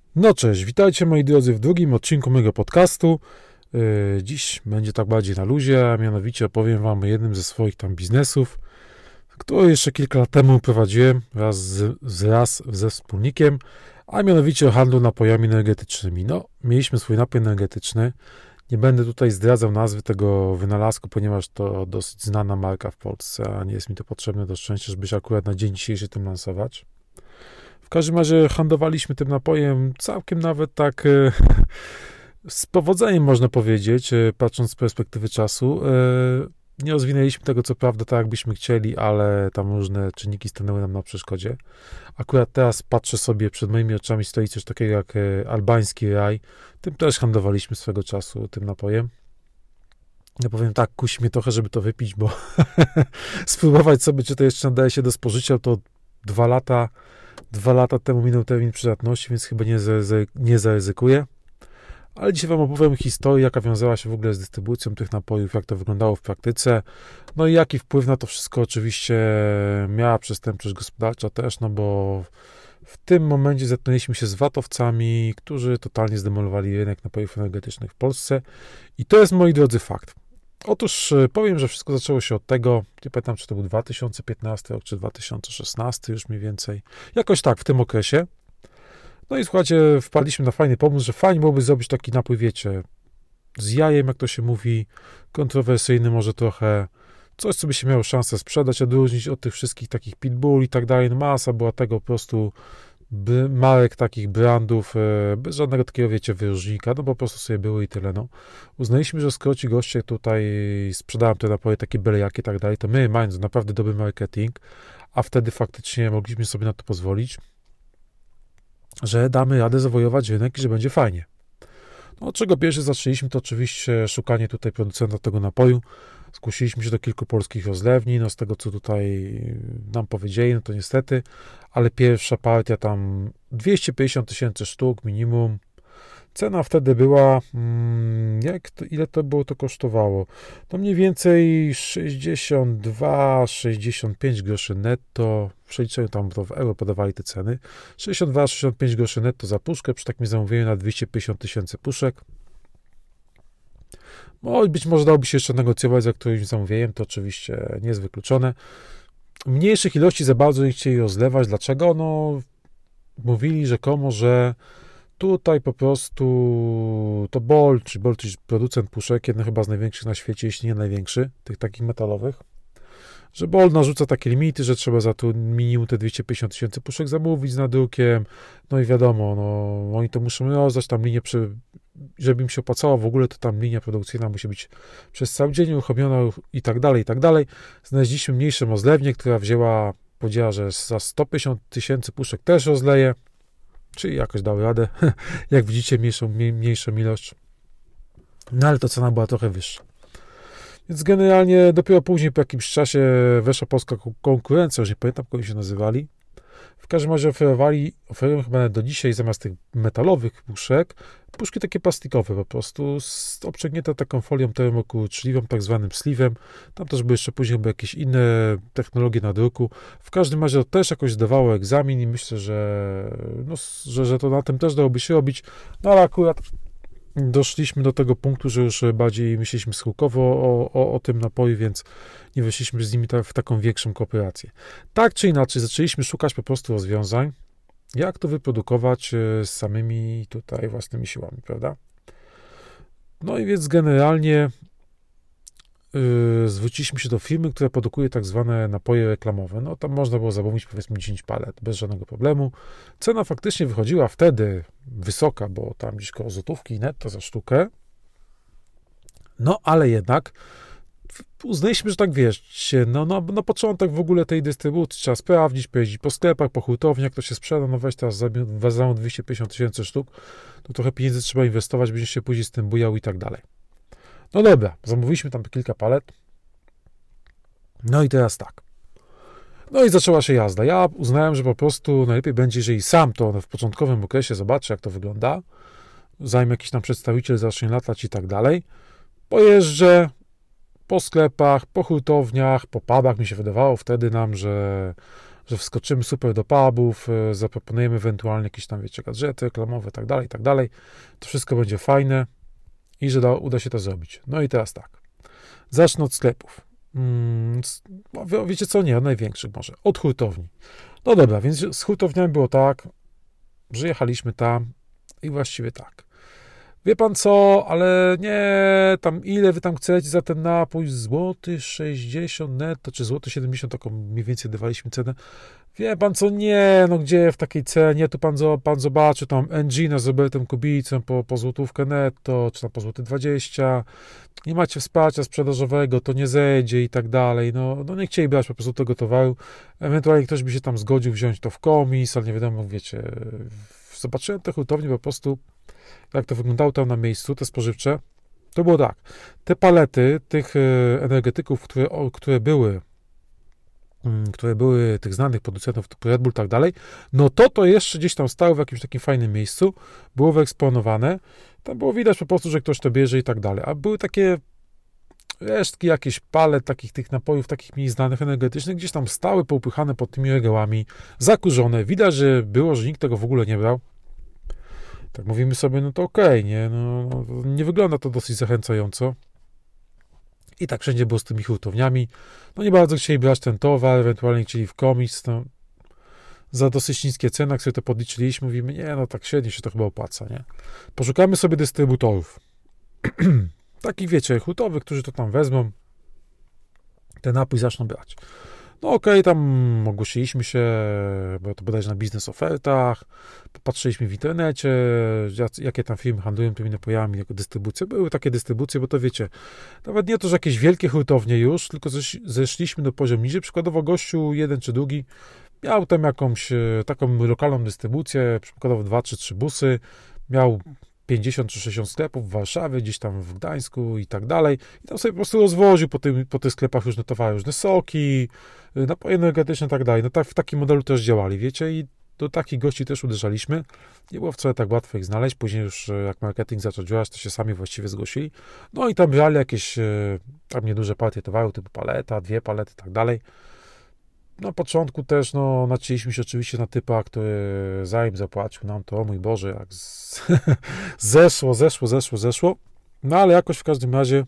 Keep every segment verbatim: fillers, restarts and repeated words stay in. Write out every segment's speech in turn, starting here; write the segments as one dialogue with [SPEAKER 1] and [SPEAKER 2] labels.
[SPEAKER 1] No cześć, witajcie moi drodzy w drugim odcinku mojego podcastu. Yy, Dziś będzie tak bardziej na luzie, a mianowicie opowiem wam o jednym ze swoich tam biznesów, który jeszcze kilka lat temu prowadziłem wraz, z, wraz ze wspólnikiem, a mianowicie o handlu napojami energetycznymi. No, mieliśmy swój napój energetyczny. Nie będę tutaj zdradzał nazwy tego wynalazku, ponieważ to dosyć znana marka w Polsce, a nie jest mi to potrzebne do szczęścia, żeby się akurat na dzień dzisiejszy tym lansować. W każdym razie handlowaliśmy tym napojem całkiem nawet tak e, z powodzeniem, można powiedzieć, e, patrząc z perspektywy czasu. E, nie rozwinęliśmy tego, co prawda, tak jakbyśmy chcieli, ale tam różne czynniki stanęły nam na przeszkodzie. Akurat teraz patrzę sobie, przed moimi oczami stoi coś takiego jak e, albański raj. Tym też handlowaliśmy swego czasu, tym napojem. Ja powiem tak, kusi mnie trochę, żeby to wypić, bo spróbować sobie, czy to jeszcze nadaje się do spożycia, to dwa lata Dwa lata temu minął termin przydatności, więc chyba nie, zaryzy- nie zaryzykuję. Ale dzisiaj wam opowiem historię, jaka wiązała się w ogóle z dystrybucją tych napojów, jak to wyglądało w praktyce. No i jaki wpływ na to wszystko oczywiście miała przestępczość gospodarcza też, no bo w tym momencie zetknęliśmy się z vatowcami, którzy totalnie zdemolowali rynek napojów energetycznych w Polsce. I to jest, moi drodzy, fakt. Otóż powiem, że wszystko zaczęło się od tego, nie pamiętam, czy to był dwa tysiące piętnasty rok, czy dwa tysiące szesnasty już mniej więcej. Jakoś tak, w tym okresie. No i słuchajcie, wpadliśmy na fajny pomysł, że fajnie byłoby zrobić taki napój, wiecie, z jajem, jak to się mówi, kontrowersyjny może trochę, coś, co by się miało szansę sprzedać, odróżnić od tych wszystkich takich pitbull i tak dalej. No masa była tego po prostu by, marek takich brandów, e, bez żadnego takiego, wiecie, wyróżnika, no po prostu sobie były i tyle, no. Uznaliśmy, że skoro ci goście tutaj sprzedają te napoje takie byle jakie i tak dalej, to my, mając naprawdę dobry marketing, a wtedy faktycznie mogliśmy sobie na to pozwolić, że damy radę zawojować rynek i że będzie fajnie. No, od czego pierwszy zaczęliśmy, to oczywiście szukanie tutaj producenta tego napoju. Zgłosiliśmy się do kilku polskich rozlewni, no z tego, co tutaj nam powiedzieli, no to niestety, ale pierwsza partia tam dwieście pięćdziesiąt tysięcy sztuk minimum. Cena wtedy była, mm, jak to, ile to było, to kosztowało? To mniej więcej sześćdziesiąt dwa sześćdziesiąt pięć groszy netto, w przeliczeniu tam to w euro podawali te ceny, sześćdziesiąt dwa sześćdziesiąt pięć groszy netto za puszkę, przy takim zamówieniu na dwieście pięćdziesiąt tysięcy puszek. No, być może dałoby się jeszcze negocjować za którymś zamówieniem, to oczywiście nie jest wykluczone. Mniejszych ilości za bardzo nie chcieli rozlewać. Dlaczego? No, mówili rzekomo, że tutaj po prostu to Bolt, czy Bolt, czyli producent puszek, jeden chyba z największych na świecie, jeśli nie największy, tych takich metalowych, że Bolt narzuca takie limity, że trzeba za to minimum te dwieście pięćdziesiąt tysięcy puszek zamówić z nadrukiem, no i wiadomo, no, oni to muszą rozdać, tam linię, przy, żeby im się opłacało w ogóle, to tam linia produkcyjna musi być przez cały dzień uruchomiona i tak dalej, i tak dalej. Znaleźliśmy mniejszą rozlewnię, która wzięła, powiedziała, że za sto pięćdziesiąt tysięcy puszek też rozleje, czyli jakoś dały radę, jak widzicie, mniejszą, mniejszą ilość. No ale to cena była trochę wyższa. Więc generalnie dopiero później, po jakimś czasie, weszła polska konkurencja, już nie pamiętam, jak oni się nazywali. W każdym razie oferowali, oferują chyba nawet do dzisiaj, zamiast tych metalowych puszek, puszki takie plastikowe po prostu, z, obciągnięte taką folią termokurczliwą, tak zwanym sleeve'em. Tam też były jeszcze później były jakieś inne technologie nadruku. W każdym razie to też jakoś zdawało egzamin i myślę, że, no, że, że to na tym też dałoby się robić. No ale akurat doszliśmy do tego punktu, że już bardziej myśleliśmy schyłkowo o, o, o tym napoju, więc nie weszliśmy z nimi ta, w taką większą kooperację. Tak czy inaczej, zaczęliśmy szukać po prostu rozwiązań, jak to wyprodukować z samymi tutaj własnymi siłami, prawda? No i więc generalnie yy, zwróciliśmy się do firmy, która produkuje tak zwane napoje reklamowe. No tam można było zamówić powiedzmy dziesięć palet, bez żadnego problemu. Cena faktycznie wychodziła wtedy wysoka, bo tam gdzieś koło złotówki netto za sztukę. No ale jednak uznaliśmy, że tak wiesz, no, no, na początek w ogóle tej dystrybucji trzeba sprawdzić, pojeździć po sklepach, po hurtowniach, jak to się sprzeda, no weź teraz za dwieście pięćdziesiąt tysięcy sztuk, to trochę pieniędzy trzeba inwestować, będziesz się później z tym bujał i tak dalej. No dobra, zamówiliśmy tam kilka palet. No i teraz tak. No i zaczęła się jazda. Ja uznałem, że po prostu najlepiej będzie, jeżeli sam to w początkowym okresie zobaczę, jak to wygląda, zanim jakiś tam przedstawiciel zacznie latać i tak dalej, pojeżdżę po sklepach, po hurtowniach, po pubach. Mi się wydawało wtedy nam, że, że wskoczymy super do pubów, zaproponujemy ewentualnie jakieś tam, wiecie, gadżety reklamowe, tak dalej, tak dalej. To wszystko będzie fajne i że da, uda się to zrobić. No i teraz tak. Zacznę od sklepów. Hmm, wiecie co? Nie, od największych może. Od hurtowni. No dobra, więc z hurtowniami było tak, że jechaliśmy tam i właściwie tak. Wie pan co, ale nie, tam ile wy tam chcecie za ten napój, złoty sześćdziesiąt netto, czy złoty siedemdziesiąt, taką mniej więcej dawaliśmy cenę. Wie pan co, nie, no gdzie w takiej cenie, tu pan, pan zobaczy tam Engina z Robertem Kubicem po, po złotówkę netto, czy tam po złoty dwadzieścia, nie macie wsparcia sprzedażowego, to nie zejdzie i tak dalej, no, no nie chcieli brać po prostu tego towaru, ewentualnie ktoś by się tam zgodził wziąć to w komis, ale nie wiadomo, wiecie, zobaczyłem te hurtownie po prostu, jak to wyglądało tam na miejscu, te spożywcze, to było tak, te palety tych energetyków, które, które były, które były tych znanych producentów typu Red Bull i tak dalej, no to to jeszcze gdzieś tam stało w jakimś takim fajnym miejscu, było wyeksponowane, tam było widać po prostu, że ktoś to bierze i tak dalej, a były takie resztki, jakieś palet takich tych napojów, takich mniej znanych energetycznych, gdzieś tam stały poupychane pod tymi regałami, zakurzone, widać, że było, że nikt tego w ogóle nie brał. Tak mówimy sobie, no to okej, okay, nie, no, nie wygląda to dosyć zachęcająco. I tak wszędzie było z tymi hurtowniami. No nie bardzo chcieli brać ten towar, ewentualnie chcieli w komis, no, za dosyć niskie ceny, jak sobie to podliczyliśmy, mówimy, nie, no tak średnio się to chyba opłaca, nie. Poszukamy sobie dystrybutorów. Takich, wiecie, hurtowych, którzy to tam wezmą, ten napój zaczną brać. No okej, okay, tam ogłosiliśmy się, bo to bodajże na biznes ofertach, popatrzyliśmy w internecie, jakie tam firmy handlują tymi napojami, jako dystrybucje. Były takie dystrybucje, bo to wiecie, nawet nie to, że jakieś wielkie hurtownie już, tylko zeszliśmy do poziomu niżej. Przykładowo gościu, jeden czy drugi, miał tam jakąś taką lokalną dystrybucję, przykładowo dwa czy trzy busy, miał pięćdziesiąt czy sześćdziesiąt sklepów w Warszawie, gdzieś tam w Gdańsku i tak dalej. I tam sobie po prostu rozwoził po, tym, po tych sklepach różne towary, różne soki, napoje energetyczne i tak dalej. No tak, w takim modelu też działali, wiecie, i do takich gości też uderzaliśmy. Nie było wcale tak łatwo ich znaleźć. Później już jak marketing zaczął działać, to się sami właściwie zgłosili. No i tam brali jakieś tam nieduże partie towaru, typu paleta, dwie palety i tak dalej. Na początku też, no, nacięliśmy się oczywiście na typa, który zanim zapłacił nam to, o mój Boże, jak z... zeszło, zeszło, zeszło, zeszło. No, ale jakoś w każdym razie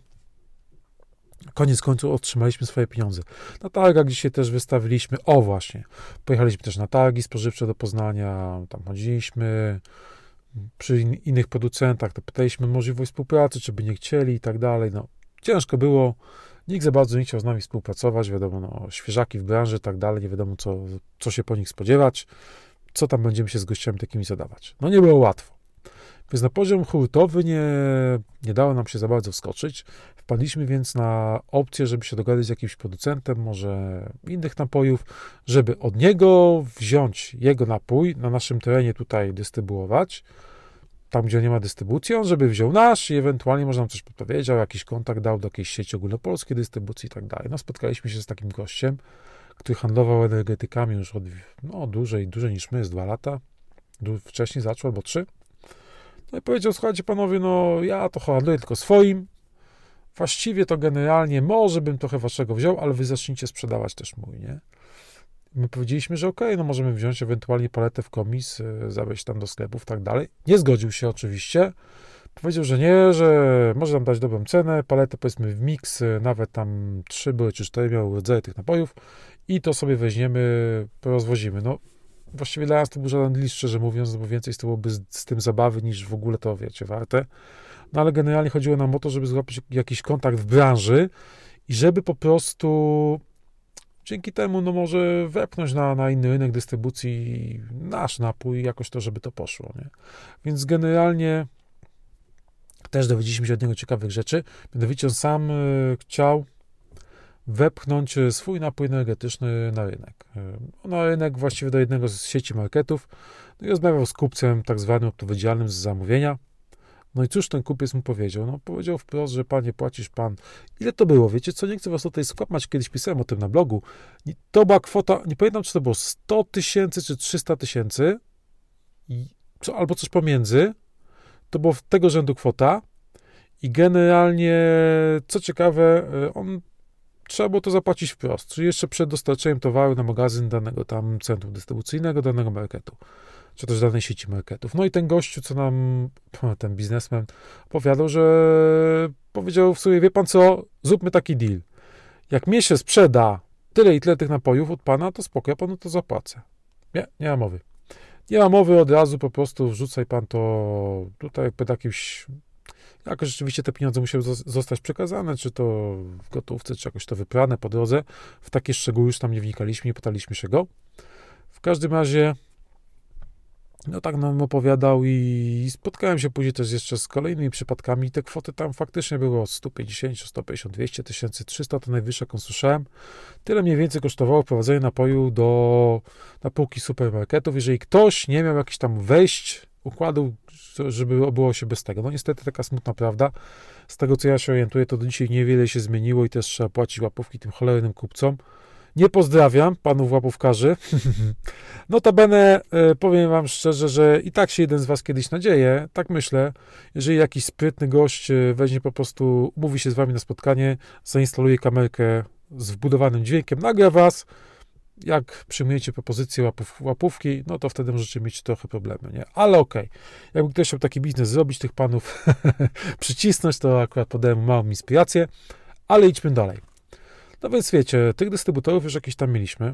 [SPEAKER 1] koniec końców otrzymaliśmy swoje pieniądze. Na targach dzisiaj też wystawiliśmy, o właśnie, pojechaliśmy też na targi spożywcze do Poznania, tam chodziliśmy, przy innych producentach, to pytaliśmy możliwość współpracy, czy by nie chcieli i tak dalej, no, ciężko było. Nikt za bardzo nie chciał z nami współpracować, wiadomo, no, świeżaki w branży i tak dalej, nie wiadomo, co, co się po nich spodziewać, co tam będziemy się z gościami takimi zadawać. No nie było łatwo. Więc na poziom hurtowy nie, nie dało nam się za bardzo wskoczyć. Wpadliśmy więc na opcję, żeby się dogadać z jakimś producentem, może innych napojów, żeby od niego wziąć jego napój, na naszym terenie tutaj dystrybuować, tam, gdzie nie ma dystrybucji, on żeby wziął nasz i ewentualnie może nam coś podpowiedział, jakiś kontakt dał do jakiejś sieci ogólnopolskiej dystrybucji i tak dalej. No, spotkaliśmy się z takim gościem, który handlował energetykami już od, no, dłużej, dłużej niż my, z dwa lata. Wcześniej zaczął, albo trzy. No i powiedział, słuchajcie panowie, no ja to handluję tylko swoim. Właściwie to generalnie może bym trochę waszego wziął, ale wy zacznijcie sprzedawać też mój, nie? My powiedzieliśmy, że okej, okay, no możemy wziąć ewentualnie paletę w komis, zawieźć tam do sklepów i tak dalej. Nie zgodził się oczywiście. Powiedział, że nie, że może nam dać dobrą cenę, paletę powiedzmy w mix, nawet tam trzy były czy cztery miały rodzaje tych napojów i to sobie weźmiemy, rozwozimy. No właściwie dla nas to był żaden list, szczerze mówiąc, bo więcej z to byłoby z, z tym zabawy niż w ogóle to, wiecie, warte. No ale generalnie chodziło nam o to, żeby złapać jakiś kontakt w branży i żeby po prostu dzięki temu, no może wepchnąć na, na inny rynek dystrybucji nasz napój, jakoś to, żeby to poszło, nie? Więc generalnie też dowiedzieliśmy się od niego ciekawych rzeczy. Mianowicie on sam y, chciał wepchnąć swój napój energetyczny na rynek. Y, na rynek właściwie do jednego z sieci marketów. No i rozmawiał z kupcem tak zwanym odpowiedzialnym za zamówienia. No i cóż ten kupiec mu powiedział? No powiedział wprost, że panie, płacisz pan. Ile to było? Wiecie co, nie chcę was tutaj skłamać, kiedyś pisałem o tym na blogu. To była kwota, nie pamiętam, czy to było sto tysięcy, czy trzysta tysięcy, albo coś pomiędzy. To było w tego rzędu kwota i generalnie, co ciekawe, on trzeba było to zapłacić wprost, czyli jeszcze przed dostarczeniem towaru na magazyn danego tam centrum dystrybucyjnego, danego marketu, czy też danej sieci marketów. No i ten gościu, co nam, ten biznesmen, opowiadał, że powiedział w sumie, wie pan co, zróbmy taki deal. Jak mnie się sprzeda tyle i tyle tych napojów od pana, to spoko, ja panu to zapłacę. Nie, nie ma mowy. Nie ma mowy, od razu po prostu wrzucaj pan to tutaj pod jakimś... Jakoś rzeczywiście te pieniądze musiały zostać przekazane, czy to w gotówce, czy jakoś to wyprane po drodze. W takie szczegóły już tam nie wnikaliśmy, nie pytaliśmy się go. W każdym razie, no tak nam opowiadał i spotkałem się później też jeszcze z kolejnymi przypadkami. Te kwoty tam faktycznie było sto pięćdziesiąt, sto pięćdziesiąt, dwieście tysięcy, trzysta to najwyższe, jak usłyszałem. Tyle mniej więcej kosztowało wprowadzenie napoju do, na półki supermarketów. Jeżeli ktoś nie miał jakichś tam wejść, układu, żeby obyło się bez tego. No niestety taka smutna prawda. Z tego, co ja się orientuję, to do dzisiaj niewiele się zmieniło i też trzeba płacić łapówki tym cholernym kupcom. Nie pozdrawiam panów łapówkarzy. Notabene powiem wam szczerze, że i tak się jeden z was kiedyś nadzieje, tak myślę, jeżeli jakiś sprytny gość weźmie po prostu, umówi się z wami na spotkanie, zainstaluje kamerkę z wbudowanym dźwiękiem, nagra was, jak przyjmujecie propozycję łapów, łapówki, no to wtedy możecie mieć trochę problemy, nie? Ale okej, okay. Jakby ktoś chciał taki biznes zrobić, tych panów przycisnąć, to akurat podałem mu małą inspirację, ale idźmy dalej. No więc wiecie, tych dystrybutorów już jakieś tam mieliśmy.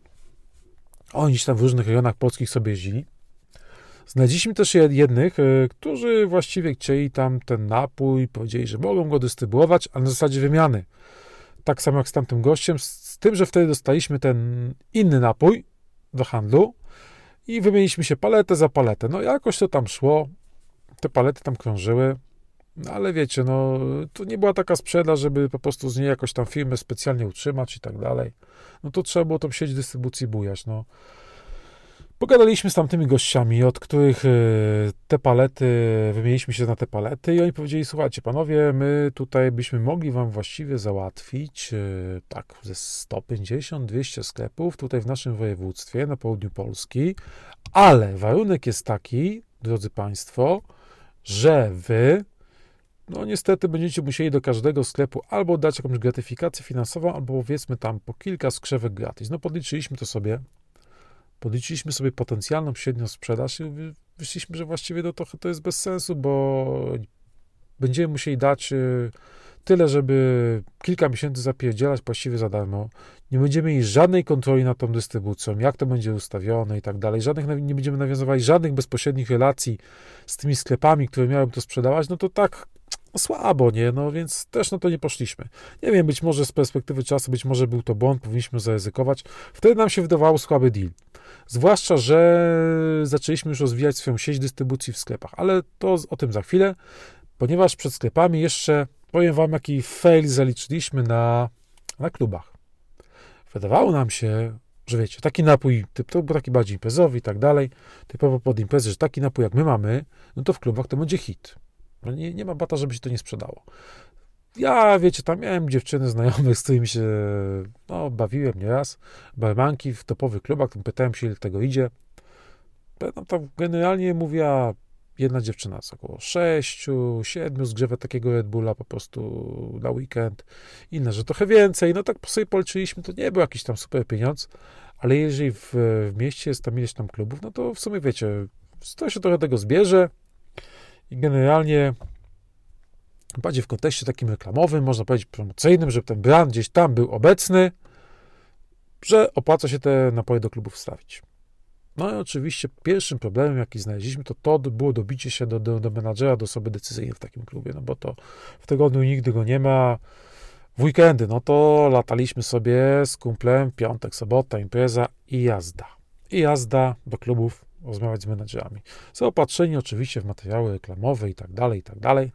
[SPEAKER 1] Oni tam w różnych rejonach polskich sobie jeździli. Znaleźliśmy też jednych, którzy właściwie chcieli tam ten napój, powiedzieli, że mogą go dystrybuować, ale na zasadzie wymiany. Tak samo jak z tamtym gościem, z tym, że wtedy dostaliśmy ten inny napój do handlu i wymieniliśmy się paletę za paletę. No jakoś to tam szło, te palety tam krążyły, no ale wiecie, no to nie była taka sprzedaż, żeby po prostu z niej jakoś tam firmę specjalnie utrzymać i tak dalej. No to trzeba było tą sieć dystrybucji bujać, no. Pogadaliśmy z tamtymi gościami, od których te palety, wymieniliśmy się na te palety i oni powiedzieli, słuchajcie panowie, my tutaj byśmy mogli wam właściwie załatwić tak ze sto pięćdziesiąt dwieście sklepów tutaj w naszym województwie, na południu Polski, ale warunek jest taki, drodzy państwo, że wy no niestety będziecie musieli do każdego sklepu albo dać jakąś gratyfikację finansową, albo powiedzmy tam po kilka skrzewek gratis. No podliczyliśmy to sobie. Podliczyliśmy sobie potencjalną średnią sprzedaż i wyszliśmy, że właściwie to trochę to jest bez sensu, bo będziemy musieli dać tyle, żeby kilka miesięcy zapierdzielać właściwie za darmo. Nie będziemy mieli żadnej kontroli nad tą dystrybucją, jak to będzie ustawione i tak dalej. Żadnych, nie będziemy nawiązywali żadnych bezpośrednich relacji z tymi sklepami, które miały to sprzedawać, no to tak słabo, nie? No więc też na to nie poszliśmy. Nie wiem, być może z perspektywy czasu, być może był to błąd, powinniśmy zaryzykować. Wtedy nam się wydawało słaby deal. Zwłaszcza, że zaczęliśmy już rozwijać swoją sieć dystrybucji w sklepach, ale to o tym za chwilę, ponieważ przed sklepami jeszcze powiem wam, jaki fail zaliczyliśmy na, na klubach. Wydawało nam się, że wiecie, taki napój, typ, to był taki bardziej imprezowy i tak dalej, typowo pod imprezy, że taki napój jak my mamy, no to w klubach to będzie hit. No nie, nie ma bata, żeby się to nie sprzedało. Ja, wiecie, tam miałem dziewczyny znajomych, z którymi się no, bawiłem nieraz, barmanki w topowych klubach, tam pytałem się, ile tego idzie. No tam generalnie mówiła jedna dziewczyna z około sześciu, siedmiu zgrzewek takiego Red Bulla po prostu na weekend, inne, że trochę więcej. No tak sobie policzyliśmy, to nie był jakiś tam super pieniądz, ale jeżeli w, w mieście jest tam ileś tam klubów, no to w sumie wiecie, to się trochę tego zbierze i generalnie bardziej w kontekście takim reklamowym, można powiedzieć promocyjnym, żeby ten brand gdzieś tam był obecny, że opłaca się te napoje do klubów wstawić. No i oczywiście pierwszym problemem, jaki znaleźliśmy, to to było dobicie się do, do, do menadżera, do osoby decyzyjnej w takim klubie, no bo to w tygodniu nigdy go nie ma. W weekendy, no to lataliśmy sobie z kumplem, piątek, sobota, impreza i jazda. I jazda do klubów, rozmawiać z menadżerami. Zaopatrzeni oczywiście w materiały reklamowe i tak dalej, i tak dalej.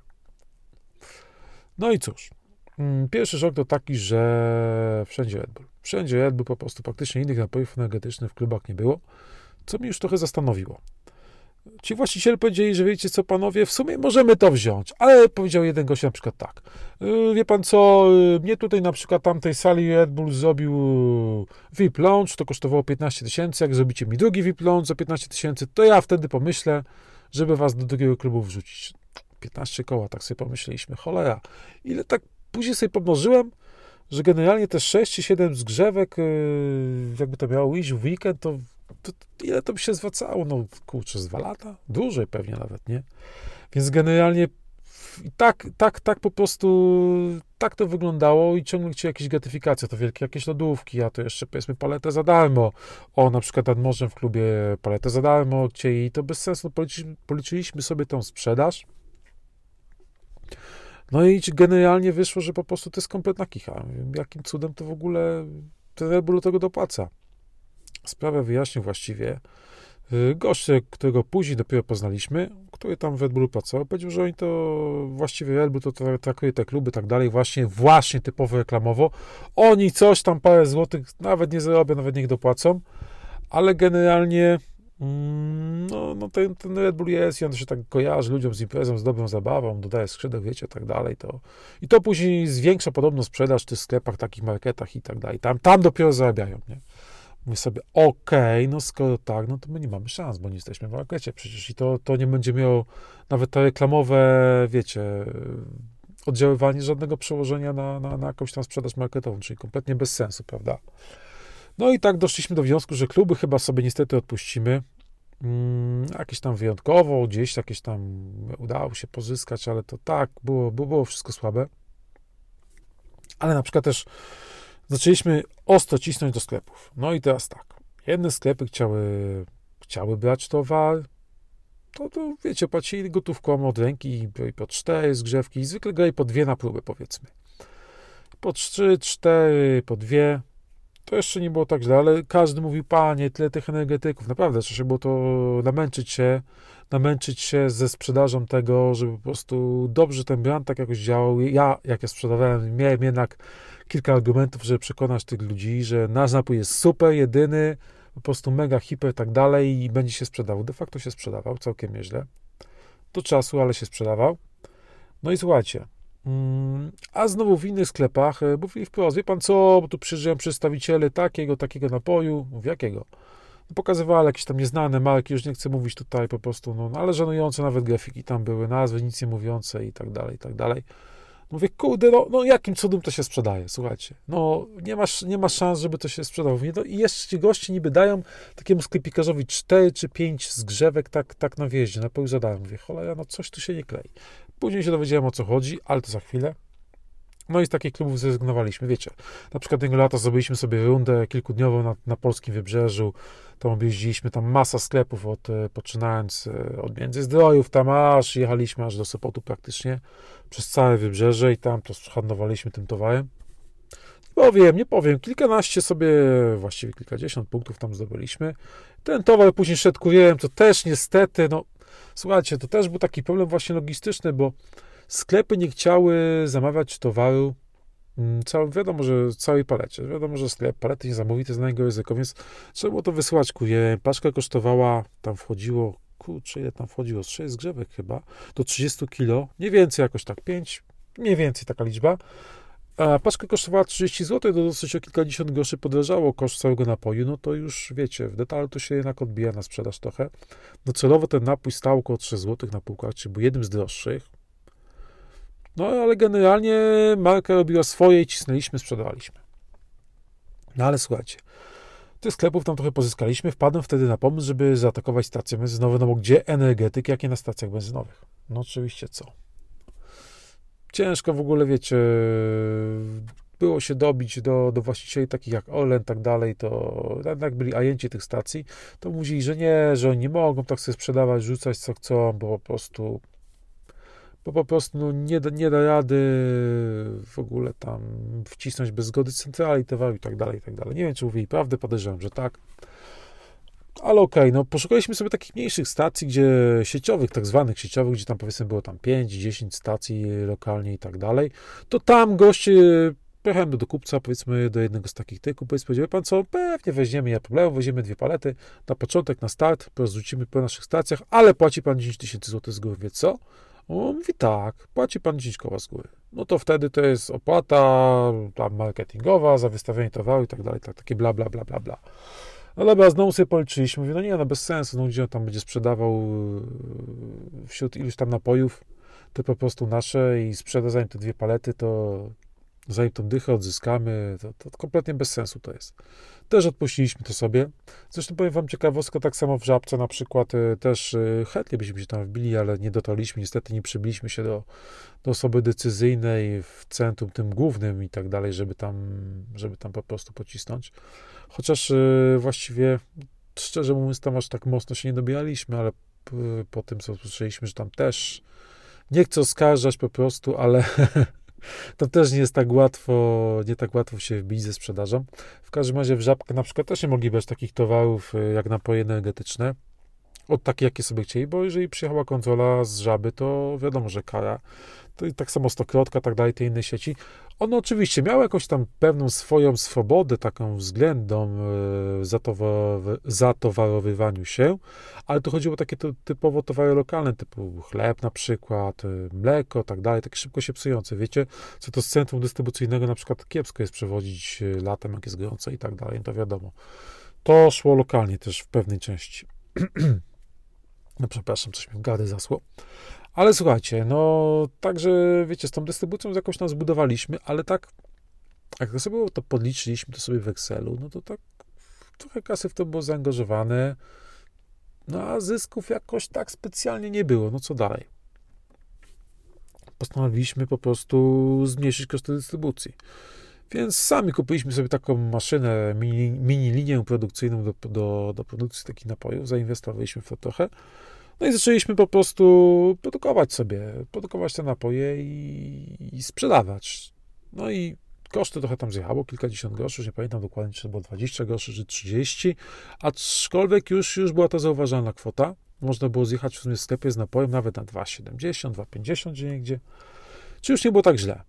[SPEAKER 1] No i cóż, pierwszy szok to taki, że wszędzie Red Bull. Wszędzie Red Bull, po prostu praktycznie innych napojów energetycznych w klubach nie było, co mnie już trochę zastanowiło. Ci właściciele powiedzieli, że wiecie co, panowie, w sumie możemy to wziąć, ale powiedział jeden gość na przykład tak, wie pan co, mnie tutaj na przykład tamtej sali Red Bull zrobił V I P Lounge, to kosztowało piętnaście tysięcy, jak zrobicie mi drugi V I P Lounge za piętnaście tysięcy, to ja wtedy pomyślę, żeby was do drugiego klubu wrzucić. piętnaście koła, tak sobie pomyśleliśmy, cholera. Ile tak później sobie pomnożyłem, że generalnie te sześć czy siedem zgrzewek, yy, jakby to miało iść w weekend, to, to, to ile to by się zwracało? No kurczę, z dwa lata? Dłużej pewnie nawet, nie? Więc generalnie i tak, tak, tak po prostu, tak to wyglądało i ciągle chcieli jakieś gratyfikacje, to wielkie jakieś lodówki, a to jeszcze powiedzmy paletę za darmo. O, na przykład nad morzem w klubie paletę za darmo chcieli, to bez sensu, policzyliśmy, policzyliśmy sobie tą sprzedaż. No i generalnie wyszło, że po prostu to jest kompletna kicha. Jakim cudem to w ogóle ten Red Bull do tego dopłaca? Sprawę wyjaśnił właściwie goście, którego później dopiero poznaliśmy, który tam w Red Bullu pracował, powiedział, że oni to właściwie Red Bull to traktuje te kluby tak dalej, właśnie, właśnie typowo reklamowo. Oni coś tam parę złotych nawet nie zarobią, nawet niech dopłacą, ale generalnie mm, no, no ten, ten Red Bull jest i on się tak kojarzy ludziom z imprezą, z dobrą zabawą, dodaje skrzydeł, wiecie, tak dalej. To, I to później zwiększa podobno sprzedaż w tych sklepach, takich marketach i tak dalej. Tam, tam dopiero zarabiają, nie? Mówię sobie, okej, okay, no skoro tak, no to my nie mamy szans, bo nie jesteśmy w markecie przecież i to, to nie będzie miało nawet to reklamowe, wiecie, oddziaływanie żadnego przełożenia na, na, na jakąś tam sprzedaż marketową, czyli kompletnie bez sensu, prawda? No i tak doszliśmy do wniosku, że kluby chyba sobie niestety odpuścimy, hmm, jakieś tam wyjątkowo, gdzieś jakieś tam udało się pozyskać, ale to tak, było, było wszystko słabe. Ale na przykład też zaczęliśmy ostro cisnąć do sklepów. No i teraz tak, jedne sklepy chciały, chciały brać towar, to, to wiecie, płacili gotówką od ręki i po cztery zgrzewki i zwykle grali po dwie na próbę, powiedzmy. Po trzy, cztery, po dwie. To jeszcze nie było tak źle, ale każdy mówił, panie, tyle tych energetyków. Naprawdę, trzeba było to namęczyć się, namęczyć się ze sprzedażą tego, żeby po prostu dobrze ten brand tak jakoś działał. Ja, jak ja sprzedawałem, miałem jednak kilka argumentów, żeby przekonać tych ludzi, że nasz napój jest super, jedyny, po prostu mega hiper, tak dalej i będzie się sprzedawał. De facto się sprzedawał, całkiem nieźle. Do czasu, ale się sprzedawał. No i słuchajcie, a znowu w innych sklepach mówili wprost, wie pan co, bo tu przyjeżdżają przedstawiciele takiego, takiego napoju. Mówię, jakiego? Pokazywali jakieś tam nieznane marki, już nie chcę mówić tutaj po prostu, no, ale żenujące nawet grafiki tam były, nazwy nic nie mówiące i tak dalej, i tak dalej. Mówię, kurde, no, no jakim cudem to się sprzedaje, słuchajcie. No nie ma, nie ma szans, żeby to się sprzedało. No, i jeszcze ci goście niby dają takiemu sklepikarzowi cztery czy pięć zgrzewek tak, tak na wjeździe, napoju zadają. Mówię, cholera, no coś tu się nie klei. Później się dowiedziałem, o co chodzi, ale to za chwilę. No i z takich klubów zrezygnowaliśmy, wiecie. Na przykład tego lata zrobiliśmy sobie rundę kilkudniową na, na polskim wybrzeżu. Tam objeździliśmy tam masa sklepów, od, poczynając od Międzyzdrojów, tam aż jechaliśmy aż do Sopotu praktycznie, przez całe wybrzeże i tam to handlowaliśmy tym towarem. Nie powiem, nie powiem, kilkanaście sobie, właściwie kilkadziesiąt punktów tam zdobyliśmy. Ten towar później szedł kurierem, to też niestety, no słuchajcie, to też był taki problem właśnie logistyczny, bo sklepy nie chciały zamawiać towaru, całe, wiadomo, że całej palecie. Wiadomo, że sklep palety nie zamówi, to jest najgorsze ryzyko, więc trzeba było to wysyłać kurierem. Paczka kosztowała, tam wchodziło, kurczę, ile tam wchodziło, z sześć zgrzewek chyba, do trzydzieści kilo, nie więcej jakoś tak, pięć, mniej więcej taka liczba. A paczka kosztowała trzydzieści złotych, to dosyć o kilkadziesiąt groszy podrożało koszt całego napoju, no to już wiecie, w detalu to się jednak odbija na sprzedaż trochę. Docelowo ten napój stał około trzy złote na półkach, czyli był jednym z droższych. No ale generalnie marka robiła swoje i cisnęliśmy, sprzedawaliśmy. No ale słuchajcie, tych sklepów tam trochę pozyskaliśmy, wpadłem wtedy na pomysł, żeby zaatakować stacje benzynowe, no bo gdzie energetyk, jakie na stacjach benzynowych? No oczywiście co? Ciężko w ogóle, wiecie, było się dobić do, do właścicieli takich jak Orlen, tak dalej, to jednak byli agenci tych stacji, to mówili, że nie, że oni nie mogą tak sobie sprzedawać, rzucać co chcą, bo po prostu bo po prostu no, nie, da, nie da rady w ogóle tam wcisnąć bez zgody centrali towaru i tak dalej, i tak dalej. Nie wiem, czy mówili prawdę, podejrzewam, że tak. Ale okej, okay, no poszukaliśmy sobie takich mniejszych stacji, gdzie sieciowych, tak zwanych sieciowych, gdzie tam powiedzmy było tam pięć dziesięć stacji lokalnie i tak dalej, to tam goście, pojechałem do kupca, powiedzmy do jednego z takich tyków, powiedzmy, pan co, pewnie weźmiemy, nie ma problemu, weźmiemy dwie palety, na początek, na start, porozrzucimy po naszych stacjach, ale płaci pan dziesięć tysięcy złotych z góry, wie co? On mówi tak, płaci pan dziesięć koła z góry. No to wtedy to jest opłata tam marketingowa za wystawienie towaru i tak dalej, tak, takie bla, bla, bla, bla, bla. No dobra, znowu sobie policzyliśmy, mówię, no nie, no bez sensu, no gdzie on tam będzie sprzedawał wśród iluś tam napojów, to po prostu nasze i sprzeda za nim te dwie palety, to zanim tą dychę odzyskamy, to, to kompletnie bez sensu to jest. Też odpuściliśmy to sobie. Zresztą powiem wam ciekawostkę, tak samo w Żabce na przykład y, też y, chętnie byśmy się tam wbili, ale nie dotarliśmy, niestety nie przybiliśmy się do, do osoby decyzyjnej w centrum tym głównym i tak dalej, żeby tam, żeby tam po prostu pocisnąć. Chociaż y, właściwie, szczerze mówiąc, tam aż tak mocno się nie dobijaliśmy, ale p, po tym, co słyszeliśmy, że tam też nie chcę oskarżać po prostu, ale to też nie jest tak łatwo, nie tak łatwo się wbić ze sprzedażą. W każdym razie w Żabkę na przykład też nie mogli brać takich towarów jak napoje energetyczne, od takich, jakie sobie chcieli, bo jeżeli przyjechała konsola z Żaby, to wiadomo, że kara. To i tak samo Stokrotka, tak dalej, te inne sieci. One oczywiście miały jakąś tam pewną swoją swobodę, taką względną zatowarowy, zatowarowywaniu się, ale to chodziło o takie typowo towary lokalne, typu chleb na przykład, mleko, tak dalej, takie szybko się psujące. Wiecie, co to z centrum dystrybucyjnego na przykład kiepsko jest przewozić latem, jak jest gorąco i tak dalej, to wiadomo. To szło lokalnie też w pewnej części. No przepraszam, coś mi w gady zasło. Ale słuchajcie, no także wiecie, z tą dystrybucją jakoś nam zbudowaliśmy, ale tak, jak sobie to podliczyliśmy, to sobie w Excelu, no to tak trochę kasy w to było zaangażowane, no a zysków jakoś tak specjalnie nie było. No co dalej? Postanowiliśmy po prostu zmniejszyć koszty dystrybucji. Więc sami kupiliśmy sobie taką maszynę, mini, mini linię produkcyjną do, do, do produkcji takich napojów, zainwestowaliśmy w to trochę. No i zaczęliśmy po prostu produkować sobie, produkować te napoje i, i sprzedawać. No i koszty trochę tam zjechało, kilkadziesiąt groszy, już nie pamiętam dokładnie, czy to było dwadzieścia groszy, czy trzydzieści, aczkolwiek już, już była to zauważalna kwota. Można było zjechać w sumie w sklepie z napojem nawet na dwa siedemdziesiąt, dwa pięćdziesiąt gdzieniegdzie. Czy już nie było tak źle.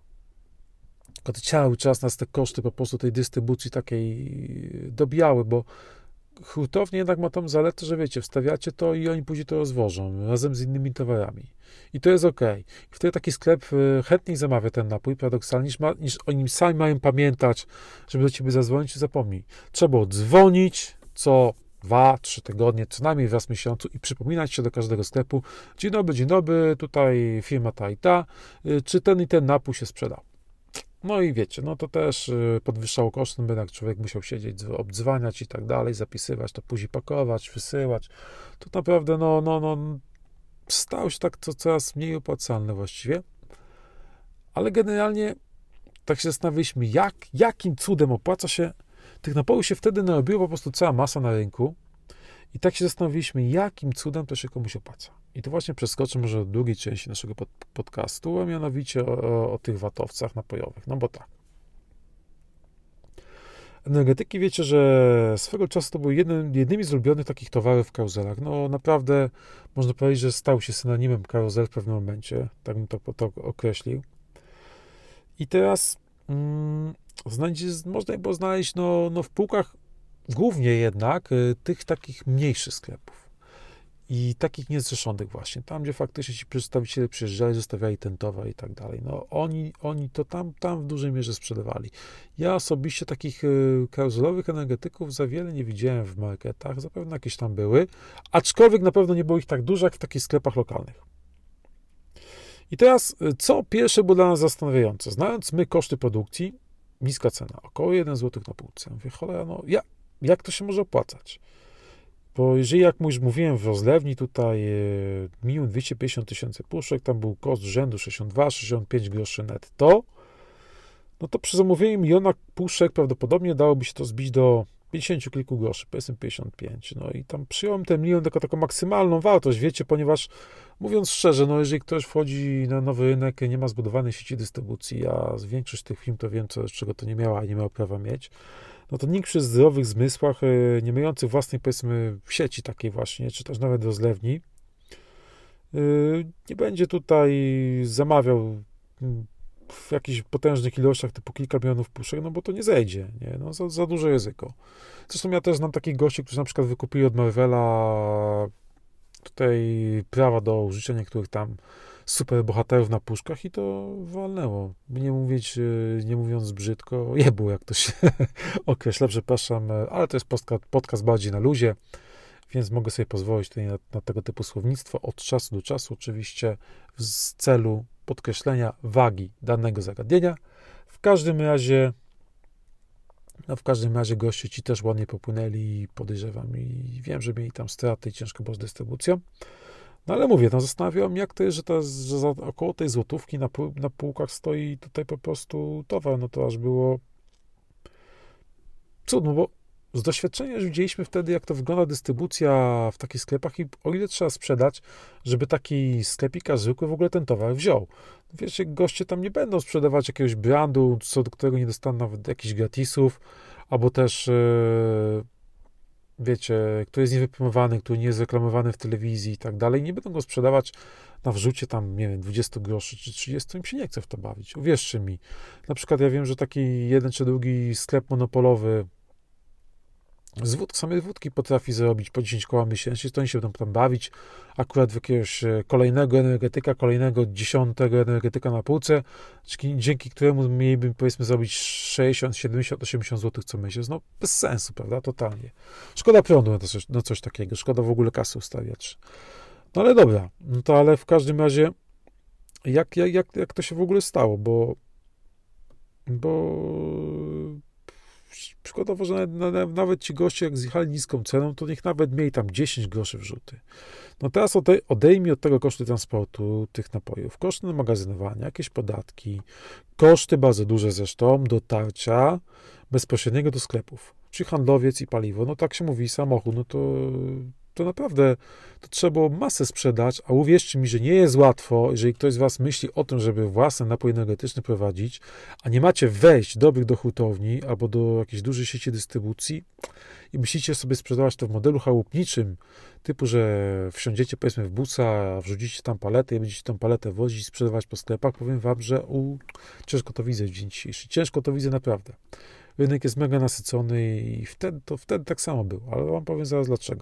[SPEAKER 1] Tylko cały czas nas te koszty po prostu tej dystrybucji takiej dobijały, bo hurtownia jednak ma tą zaletę, że wiecie, wstawiacie to i oni później to rozwożą razem z innymi towarami. I to jest ok. I wtedy taki sklep chętniej zamawia ten napój, paradoksalnie, niż, ma, niż oni sami mają pamiętać, żeby do ciebie zadzwonić i zapomnij. Trzeba było dzwonić co dwa, trzy tygodnie, co najmniej raz w miesiącu i przypominać się do każdego sklepu. Dzień dobry, dzień dobry, tutaj firma ta i ta, czy ten i ten napój się sprzedał. No i wiecie, no to też podwyższało koszty, bo jak człowiek musiał siedzieć, obdzwaniać i tak dalej, zapisywać, to później pakować, wysyłać. To naprawdę, no, no, no, stało się tak to coraz mniej opłacalne właściwie. Ale generalnie tak się zastanawialiśmy, jak, jakim cudem opłaca się, tych napojów się wtedy narobiło po prostu cała masa na rynku i tak się zastanowiliśmy, jakim cudem to się komuś opłaca. I to właśnie przeskoczę może do drugiej części naszego pod, podcastu, a mianowicie o, o, o tych watowcach napojowych. No bo tak. Energetyki, wiecie, że swego czasu to był jednym, jednymi z ulubionych takich towarów w karuzelach. No naprawdę można powiedzieć, że stał się synonimem karuzel w pewnym momencie. Tak bym to, to określił. I teraz mm, znajdzie, można je było znaleźć no, no w półkach głównie jednak y, tych takich mniejszych sklepów. I takich niezrzeszonych właśnie, tam gdzie faktycznie ci przedstawiciele przyjeżdżali, zostawiali ten towar i tak dalej. No oni, oni to tam, tam w dużej mierze sprzedawali. Ja osobiście takich karuzelowych energetyków za wiele nie widziałem w marketach, zapewne jakieś tam były, aczkolwiek na pewno nie było ich tak dużo jak w takich sklepach lokalnych. I teraz, co pierwsze było dla nas zastanawiające? Znając my koszty produkcji, niska cena, około jeden złoty na półce. Mówię, cholera, no ja, jak to się może opłacać? Bo jeżeli, jak już mówiłem, w rozlewni tutaj milion dwieście pięćdziesiąt tysięcy puszek, tam był koszt rzędu sześćdziesiąt dwa sześćdziesiąt pięć groszy netto, no to przy zamówieniu miliona puszek prawdopodobnie dałoby się to zbić do pięćdziesiąt kilku groszy, powiedzmy pięćdziesiąt pięć. No i tam przyjąłem ten milion jako taką maksymalną wartość, wiecie, ponieważ mówiąc szczerze, no jeżeli ktoś wchodzi na nowy rynek, nie ma zbudowanej sieci dystrybucji, a z większość tych firm to wiem, co, czego to nie miała i nie miała prawa mieć, no to nikt przy zdrowych zmysłach, nie mających własnej, powiedzmy, sieci takiej właśnie, czy też nawet rozlewni, nie będzie tutaj zamawiał w jakichś potężnych ilościach typu kilka milionów puszek, no bo to nie zejdzie, nie? No za, za duże ryzyko. Zresztą ja też znam takich gości, którzy na przykład wykupili od Marvela tutaj prawa do użycia niektórych tam super bohaterów na puszkach i to walnęło. By nie mówić, nie mówiąc brzydko, jebło, jak to się określa, przepraszam, ale to jest podcast, podcast bardziej na luzie, więc mogę sobie pozwolić tutaj na, na tego typu słownictwo od czasu do czasu, oczywiście w celu podkreślenia wagi danego zagadnienia. W każdym razie, no w każdym razie goście ci też ładnie popłynęli, podejrzewam, i wiem, że mieli tam straty i ciężko było z dystrybucją. No ale mówię, no zastanawiam, jak to jest, że, ta, że za około tej złotówki na, pół, na półkach stoi tutaj po prostu towar, no to aż było cudno, bo z doświadczenia już widzieliśmy wtedy, jak to wygląda dystrybucja w takich sklepach i o ile trzeba sprzedać, żeby taki sklepikarz zwykły w ogóle ten towar wziął. Wiecie, goście tam nie będą sprzedawać jakiegoś brandu, co do którego nie dostaną nawet jakichś gratisów, albo też yy, wiecie, który jest niewypromowany, który nie jest reklamowany w telewizji i tak dalej. Nie będą go sprzedawać na wrzucie tam, nie wiem, dwadzieścia groszy czy trzydzieści, im się nie chce w to bawić. Uwierzcie mi. Na przykład ja wiem, że taki jeden czy drugi sklep monopolowy z wód, samej wódki potrafi zrobić po dziesięć koła miesięcznie, to oni się będą tam bawić akurat w jakiegoś kolejnego energetyka, kolejnego dziesiątego energetyka na półce, dzięki któremu mieliby, powiedzmy, zrobić sześćdziesiąt, siedemdziesiąt, osiemdziesiąt złotych co miesiąc. No bez sensu, prawda? Totalnie. Szkoda prądu na coś, na coś takiego, szkoda w ogóle kasy ustawiać. No ale dobra, no to ale w każdym razie jak, jak, jak, jak to się w ogóle stało, bo bo przykładowo, że nawet, nawet ci goście, jak zjechali niską ceną, to niech nawet mieli tam dziesięć groszy wrzuty. No teraz odej, odejmij od tego koszty transportu tych napojów, koszty magazynowania, jakieś podatki, koszty bardzo duże zresztą, dotarcia bezpośredniego do sklepów. Czy handlowiec i paliwo, no tak się mówi, samochód, no to to naprawdę to trzeba było masę sprzedać, a uwierzcie mi, że nie jest łatwo, jeżeli ktoś z was myśli o tym, żeby własny napój energetyczny prowadzić, a nie macie wejść dobrych do hurtowni albo do jakiejś dużej sieci dystrybucji i myślicie sobie sprzedawać to w modelu chałupniczym, typu, że wsiądziecie powiedzmy w busa, wrzucicie tam paletę i będziecie tą paletę wozić i sprzedawać po sklepach, powiem wam, że u, ciężko to widzę w dzień dzisiejszy. Ciężko to widzę naprawdę. Rynek jest mega nasycony i wtedy, to wtedy tak samo było, ale wam powiem zaraz dlaczego.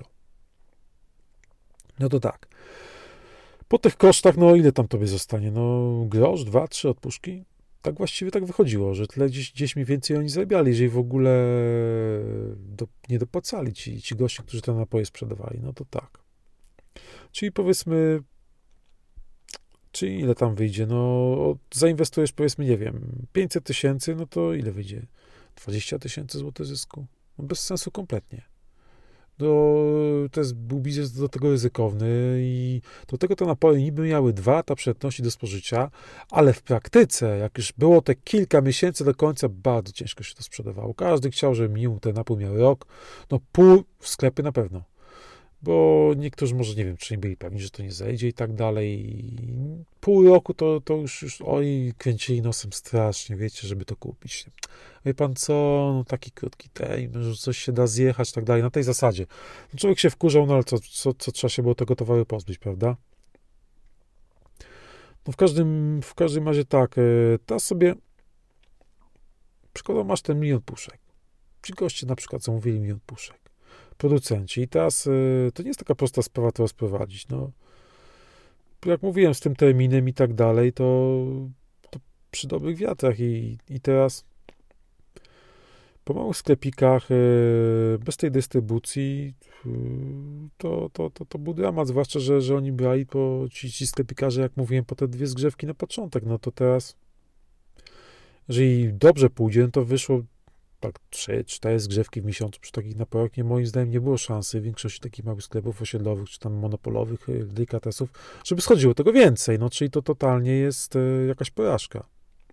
[SPEAKER 1] No to tak. Po tych kosztach, no ile tam tobie zostanie? No grosz, dwa, trzy od puszki? Tak właściwie tak wychodziło, że tyle gdzieś, gdzieś mniej więcej oni zarabiali, jeżeli w ogóle do, nie dopłacali ci, ci goście, którzy te napoje sprzedawali. No to tak. Czyli powiedzmy, czy ile tam wyjdzie? No zainwestujesz powiedzmy, nie wiem, pięćset tysięcy, no to ile wyjdzie? dwadzieścia tysięcy złotych zysku? No bez sensu kompletnie. Do, to jest, był biznes do tego ryzykowny i do tego te napoje niby miały dwa lata przydatności do spożycia, ale w praktyce, jak już było te kilka miesięcy do końca, bardzo ciężko się to sprzedawało. Każdy chciał, żeby minimum ten napój miał rok, no pół w sklepie na pewno, bo niektórzy może, nie wiem, czy nie byli pewni, że to nie zejdzie i tak dalej. Pół roku to, to już, już oj, kręcili nosem strasznie, wiecie, żeby to kupić. Wie pan co, no taki krótki termin, że coś się da zjechać, tak dalej, na tej zasadzie. No człowiek się wkurzał, no ale co, co, co trzeba się było tego towaru pozbyć, prawda? No w każdym, w każdym razie tak, teraz sobie przykładowo masz ten milion puszek. Ci goście na przykład zamówili milion puszek. Producenci. I teraz y, to nie jest taka prosta sprawa to rozprowadzić. No, jak mówiłem, z tym terminem i tak dalej, to, to przy dobrych wiatrach i, i teraz po małych sklepikach y, bez tej dystrybucji y, to, to, to, to był dramat, zwłaszcza, że, że oni brali po ci, ci sklepikarze, jak mówiłem, po te dwie zgrzewki na początek. No to teraz, jeżeli dobrze pójdzie, no to wyszło tak trzy, cztery zgrzewki w miesiącu przy takich napojach, nie, moim zdaniem nie było szansy w większości takich małych sklepów osiedlowych, czy tam monopolowych, delikatesów, żeby schodziło tego więcej, no czyli to totalnie jest y, jakaś porażka.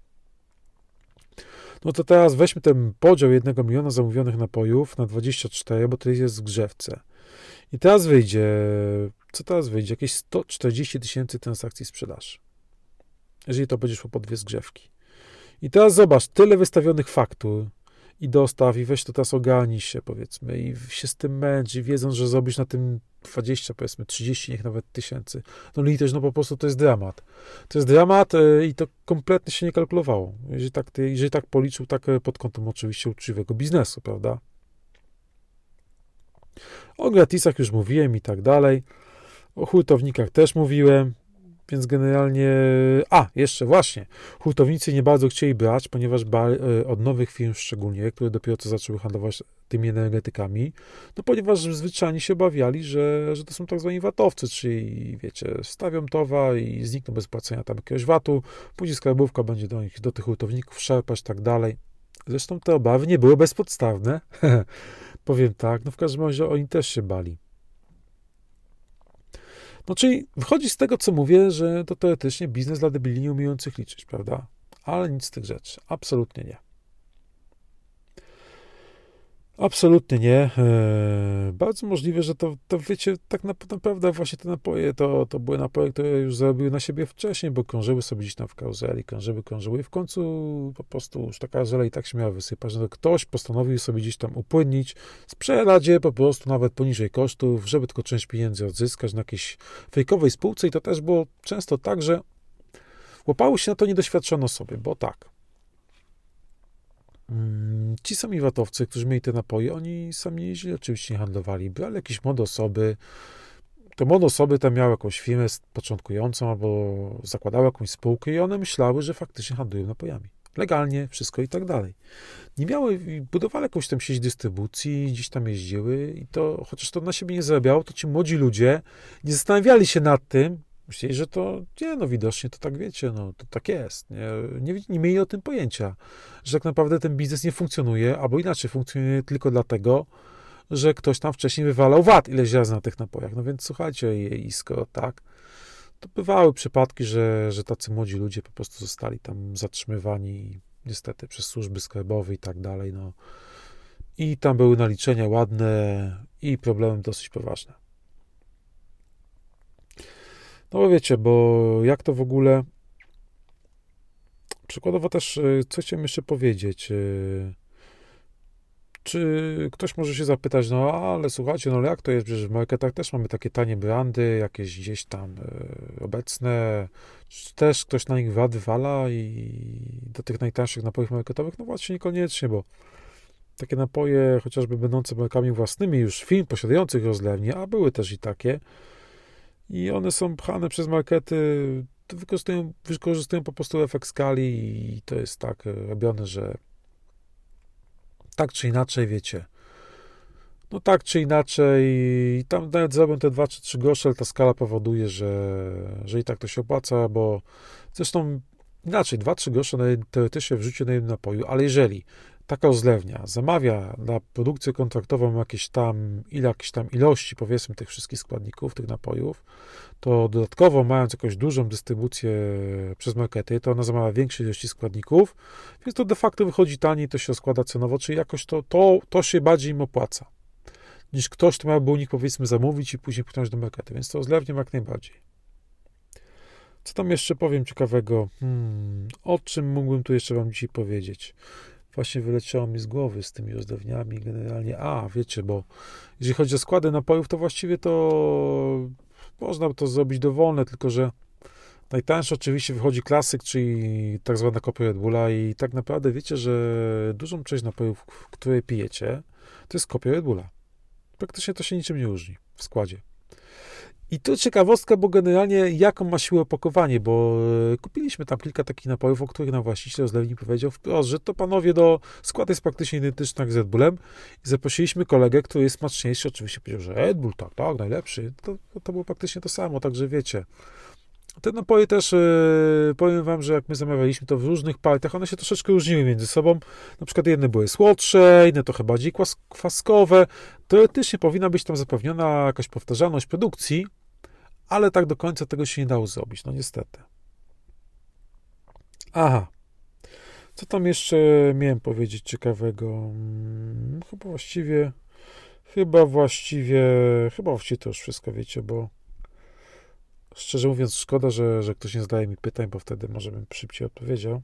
[SPEAKER 1] No to teraz weźmy ten podział jednego miliona zamówionych napojów na dwadzieścia cztery, bo to jest w zgrzewce. I teraz wyjdzie, co teraz wyjdzie? Jakieś sto czterdzieści tysięcy transakcji sprzedaży. Jeżeli to będziesz po dwie zgrzewki. I teraz zobacz, tyle wystawionych faktur, i dostaw, i weź to teraz ogarnij się, powiedzmy, i się z tym męcz, i wiedząc, że zrobisz na tym dwadzieścia, powiedzmy, trzydzieści, niech nawet tysięcy. No litość, no po prostu to jest dramat. To jest dramat yy, i to kompletnie się nie kalkulowało. Jeżeli tak, ty, jeżeli tak policzył, tak pod kątem oczywiście uczciwego biznesu, prawda? O gratisach już mówiłem i tak dalej. O hurtownikach też mówiłem. Więc generalnie... A, jeszcze właśnie. Hurtownicy nie bardzo chcieli brać, ponieważ ba, od nowych firm szczególnie, które dopiero co zaczęły handlować tymi energetykami, no ponieważ zwyczajnie się obawiali, że, że to są tak zwani watowcy, czyli wiecie, stawią towar i znikną bez płacenia tam jakiegoś vatu, później skarbówka będzie do nich, do tych hurtowników szarpać i tak dalej. Zresztą te obawy nie były bezpodstawne. Powiem tak, no w każdym razie oni też się bali. No czyli wychodzi z tego, co mówię, że to teoretycznie biznes dla debili nie umiejących liczyć, prawda? Ale nic z tych rzeczy. Absolutnie nie. Absolutnie nie. Eee, bardzo możliwe, że to, to wiecie, tak naprawdę właśnie te napoje, to, to były napoje, które już zarobiły na siebie wcześniej, bo krążyły sobie gdzieś tam w karuzeli, krążyły, krążyły i w końcu po prostu już ta karuzela i tak się miała wysypać, że ktoś postanowił sobie gdzieś tam upłynnić, sprzedać je po prostu nawet poniżej kosztów, żeby tylko część pieniędzy odzyskać na jakiejś fejkowej spółce i to też było często tak, że łapały się na to niedoświadczone osoby, bo tak, ci sami watowcy, którzy mieli te napoje, oni sami nieźle oczywiście nie handlowali. Brali jakieś młode osoby. Te młode osoby tam miały jakąś firmę początkującą albo zakładały jakąś spółkę i one myślały, że faktycznie handlują napojami. Legalnie, wszystko i tak dalej. Nie miały, budowali jakąś tam sieć dystrybucji, gdzieś tam jeździły i to, chociaż to na siebie nie zarabiało, to ci młodzi ludzie nie zastanawiali się nad tym, myśleli, że to, nie, no widocznie to tak wiecie, no to tak jest. Nie, nie, nie mieli o tym pojęcia, że tak naprawdę ten biznes nie funkcjonuje, albo inaczej funkcjonuje tylko dlatego, że ktoś tam wcześniej wywalał V A T ileś razy na tych napojach. No więc słuchajcie, i, i skoro tak, to bywały przypadki, że, że tacy młodzi ludzie po prostu zostali tam zatrzymywani niestety przez służby skarbowe i tak dalej, no. I tam były naliczenia ładne i problemy dosyć poważne. No bo wiecie, bo jak to w ogóle... Przykładowo też, co chciałem jeszcze powiedzieć. Czy ktoś może się zapytać, no ale słuchajcie, no jak to jest, przecież w marketach też mamy takie tanie brandy, jakieś gdzieś tam obecne, czy też ktoś na nich V A T wywala i do tych najtańszych napojów marketowych? No właśnie niekoniecznie, bo takie napoje, chociażby będące markami własnymi już firm posiadających rozlewnie, a były też i takie, i one są pchane przez markety, wykorzystują, wykorzystują po prostu efekt skali i to jest tak robione, że tak czy inaczej, wiecie, no tak czy inaczej, i tam nawet zrobią te dwa czy trzy grosze, ale ta skala powoduje, że, że i tak to się opłaca, bo zresztą inaczej, dwa trzy grosze teoretycznie w życiu na jednym napoju, ale jeżeli taka rozlewnia zamawia na produkcję kontraktową jakieś tam, ile, jakieś tam ilości, powiedzmy, tych wszystkich składników, tych napojów, to dodatkowo, mając jakąś dużą dystrybucję przez markety, to ona zamawia większej ilości składników, więc to de facto wychodzi taniej, to się rozkłada cenowo, czyli jakoś to, to, to się bardziej im opłaca, niż ktoś, kto miałby u nich, powiedzmy, zamówić i później pchnąć do markety, więc to rozlewnią jak najbardziej. Co tam jeszcze powiem ciekawego? Hmm, o czym mógłbym tu jeszcze wam dzisiaj powiedzieć? Właśnie wyleciało mi z głowy z tymi rozlewniami generalnie. A, wiecie, bo jeżeli chodzi o składy napojów, to właściwie to można to zrobić dowolne, tylko że najtańszy oczywiście wychodzi klasyk, czyli tak zwana kopia Red Bulla i tak naprawdę wiecie, że dużą część napojów, które pijecie, to jest kopia Red Bulla. Praktycznie to się niczym nie różni w składzie. I to ciekawostka, bo generalnie jaką ma siłę opakowanie, bo kupiliśmy tam kilka takich napojów, o których nam właściciel rozlewni powiedział wprost, że to panowie, do skład jest praktycznie identyczny jak z Red Bullem i zaprosiliśmy kolegę, który jest smaczniejszy, oczywiście powiedział, że Red Bull, tak, tak, najlepszy. To, to było praktycznie to samo, także wiecie. Te napoje też, yy, powiem wam, że jak my zamawialiśmy to w różnych partiach, one się troszeczkę różniły między sobą. Na przykład jedne były słodsze, inne trochę bardziej kwas, kwaskowe. Teoretycznie powinna być tam zapewniona jakaś powtarzalność produkcji, ale tak do końca tego się nie dało zrobić, no niestety. Aha. Co tam jeszcze miałem powiedzieć ciekawego? Hmm, chyba właściwie, chyba właściwie, chyba właściwie to już wszystko wiecie, bo szczerze mówiąc, szkoda, że, że ktoś nie zadaje mi pytań, bo wtedy może bym szybciej odpowiedział.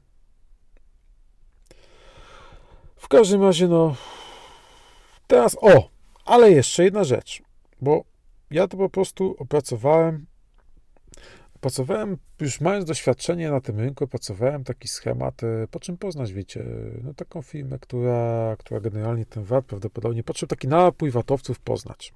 [SPEAKER 1] W każdym razie, no teraz, o, ale jeszcze jedna rzecz, bo ja to po prostu opracowałem, opracowałem, już mając doświadczenie na tym rynku, opracowałem taki schemat, po czym poznać, wiecie, no taką firmę, która, która generalnie ten V A T prawdopodobnie, po czym taki napój vatowców poznać.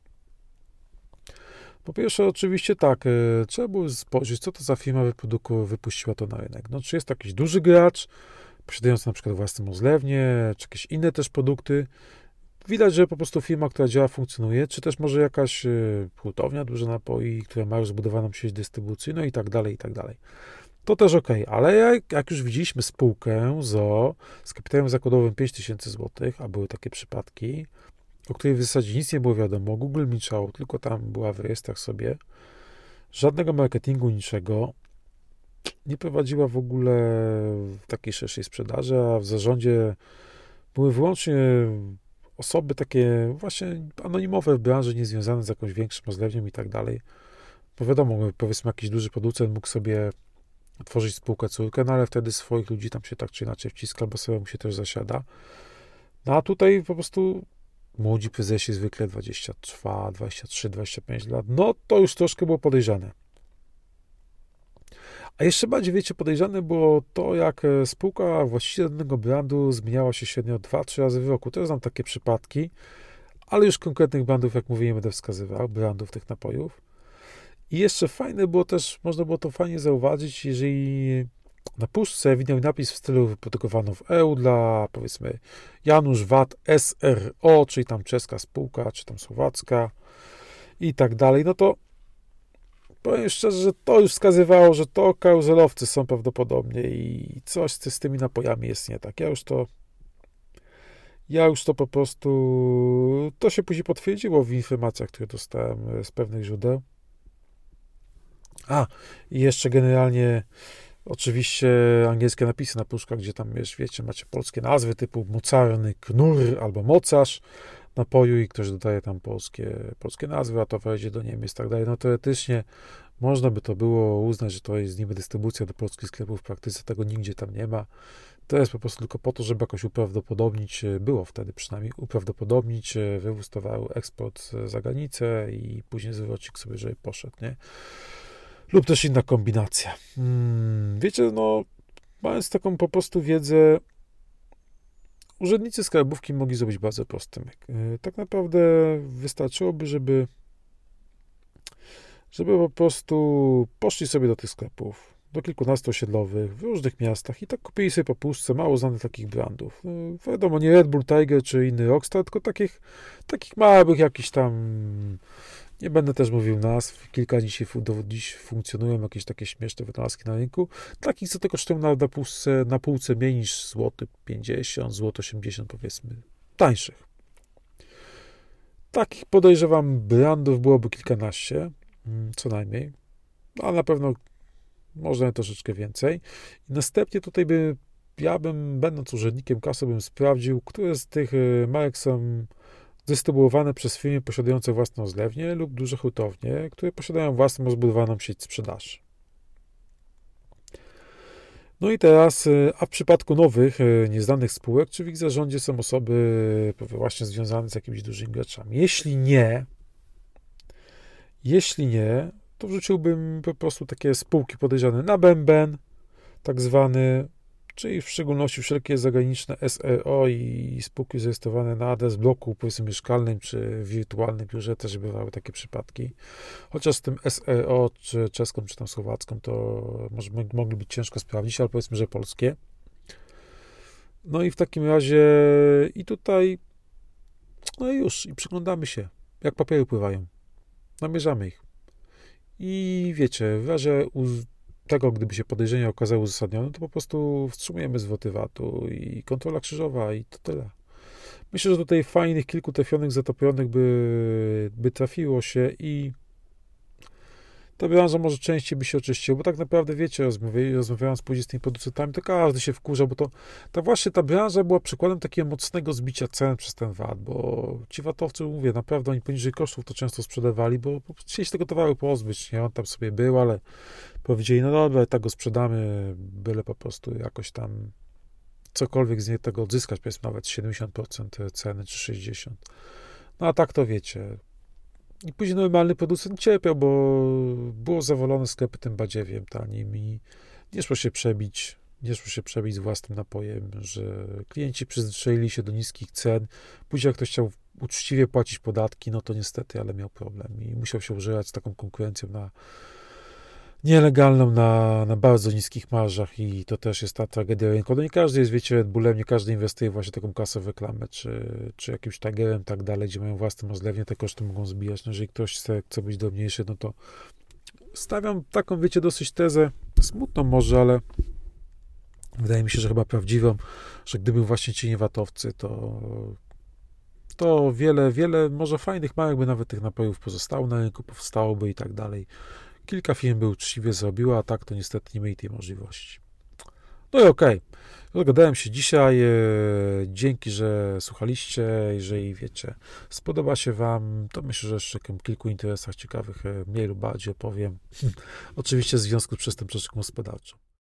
[SPEAKER 1] Po pierwsze, oczywiście tak, trzeba było spojrzeć, co to za firma wypuściła to na rynek. No, czy jest to jakiś duży gracz, posiadający na przykład własną rozlewnię, czy jakieś inne też produkty. widać, że po prostu firma, która działa, funkcjonuje, czy też może jakaś hurtownia, duże napoi, która ma już zbudowaną sieć dystrybucji, no i tak dalej, i tak dalej. To też ok, ale jak, jak już widzieliśmy spółkę z o o z kapitałem zakładowym pięć tysięcy złotych, a były takie przypadki, o której w zasadzie nic nie było wiadomo, Google milczał, tylko tam była w rejestrach sobie, żadnego marketingu, niczego, nie prowadziła w ogóle takiej szerszej sprzedaży, a w zarządzie były wyłącznie osoby takie właśnie anonimowe w branży, niezwiązane z jakąś większym rozlewnią i tak dalej. Bo wiadomo, powiedzmy jakiś duży producent mógł sobie tworzyć spółkę córkę, no ale wtedy swoich ludzi tam się tak czy inaczej wciska, albo sobie mu się też zasiada. No a tutaj po prostu młodzi prezesi zwykle dwadzieścia dwa, dwadzieścia trzy, dwadzieścia pięć lat, no to już troszkę było podejrzane. A jeszcze bardziej, wiecie, podejrzane było to, jak spółka właściciela danego brandu zmieniała się średnio dwa trzy razy w roku. Też znam takie przypadki, ale już konkretnych brandów, jak mówiłem, będę wskazywał, brandów tych napojów. I jeszcze fajne było też, można było to fajnie zauważyć, jeżeli na puszce widniał napis w stylu wyprodukowano w E U dla, powiedzmy, Janusz Wat S R O, czyli tam czeska spółka, czy tam słowacka i tak dalej, no to powiem szczerze, że to już wskazywało, że to karuzelowcy są prawdopodobnie i coś z, z tymi napojami jest nie tak. Ja już to ja już to po prostu to się później potwierdziło w informacjach, które dostałem z pewnych źródeł. A, i jeszcze generalnie oczywiście angielskie napisy na puszkach, gdzie tam jest, wiecie, macie polskie nazwy typu mocarny knur albo mocarz napoju i ktoś dodaje tam polskie, polskie nazwy, a to wejdzie do Niemiec i tak dalej. No teoretycznie można by to było uznać, że to jest niby dystrybucja do polskich sklepów, w praktyce tego nigdzie tam nie ma. To jest po prostu tylko po to, żeby jakoś uprawdopodobnić, było wtedy przynajmniej, uprawdopodobnić wywóz towaru, eksport za granicę i później zwrocik sobie, żeby poszedł, nie? Lub też inna kombinacja. Hmm, wiecie, no, mając taką po prostu wiedzę, urzędnicy skarbówki mogli zrobić bardzo prosty myk. Tak naprawdę wystarczyłoby, żeby żeby po prostu poszli sobie do tych sklepów, do kilkunastu osiedlowych, w różnych miastach i tak kupili sobie po puszce mało znanych takich brandów. No, wiadomo, nie Red Bull, Tiger czy inny Rockstar, tylko takich, takich małych jakichś tam, nie będę też mówił nazw, kilka dzisiaj do dziś funkcjonują jakieś takie śmieszne wynalazki na rynku, takich, co to kosztują na, na, półce, na półce mniej niż złoty pięćdziesiąt, złoty osiemdziesiąt powiedzmy, tańszych. Takich podejrzewam brandów byłoby kilkanaście, co najmniej, a na pewno można troszeczkę więcej. I następnie tutaj by, ja bym, będąc urzędnikiem kasy, bym sprawdził, które z tych marek są dystrybuowane przez firmy posiadające własną zlewnię lub duże hurtownie, które posiadają własną rozbudowaną sieć sprzedaży. No i teraz, a w przypadku nowych, nieznanych spółek, czy w ich zarządzie są osoby właśnie związane z jakimiś dużymi graczami? Jeśli nie, jeśli nie, to wrzuciłbym po prostu takie spółki podejrzane na bęben, tak zwany, czyli w szczególności wszelkie zagraniczne S R O i spółki zarejestrowane na adres bloku, powiedzmy mieszkalnym czy wirtualnym biurze, też bywały takie przypadki. Chociaż z tym S R O, czy czeską, czy tam słowacką, to może mogli być ciężko sprawdzić, ale powiedzmy, że polskie. No i w takim razie i tutaj no i już, i przyglądamy się, jak papiery pływają. Namierzamy ich. I wiecie, w razie tego, gdyby się podejrzenia okazały uzasadnione, to po prostu wstrzymujemy zwroty vatu i kontrola krzyżowa i to tyle. Myślę, że tutaj fajnych, kilku trafionych, zatopionych by, by trafiło się i ta branża może częściej by się oczyściła, bo tak naprawdę, wiecie, rozmawiając później z tymi producentami, to każdy się wkurza, bo to ta właśnie ta branża była przykładem takiego mocnego zbicia cen przez ten vat, bo ci vatowcy, mówię, naprawdę oni poniżej kosztów to często sprzedawali, bo chcieli się tego towaru pozbyć, nie? On tam sobie był, ale powiedzieli, no dobra, tak go sprzedamy, byle po prostu jakoś tam cokolwiek z tego odzyskać, powiedzmy nawet siedemdziesiąt procent ceny, czy sześćdziesiąt procent. No a tak to wiecie. I później normalny producent cierpiał, bo było zawalone sklepy tym badziewiem tanim i nie szło się przebić, nie szło się przebić z własnym napojem, że klienci przyzwyczaili się do niskich cen. Później jak ktoś chciał uczciwie płacić podatki, no to niestety, ale miał problem i musiał się używać z taką konkurencją na, nielegalną na, na bardzo niskich marżach i to też jest ta tragedia rynku. No nie każdy jest, wiecie, Red Bullem, nie każdy inwestuje właśnie taką kasę w reklamę, czy, czy jakimś Tigerem, tak dalej, gdzie mają własne rozlewnie, te koszty mogą zbijać. No jeżeli ktoś chce, chce być drobniejszy, no to stawiam taką, wiecie, dosyć tezę, smutną może, ale wydaje mi się, że chyba prawdziwą, że gdyby właśnie ci niewatowcy, to to wiele, wiele może fajnych marek by nawet tych napojów pozostało na rynku, powstałoby i tak dalej. Kilka firm by uczciwie zrobiło, a tak to niestety nie mieli tej możliwości. No i okej. Okay. Dogadałem się dzisiaj. Dzięki, że słuchaliście. Jeżeli wiecie, spodoba się Wam, to myślę, że jeszcze o kilku interesach ciekawych mniej lub bardziej opowiem. Oczywiście w związku z przestępczością gospodarczą.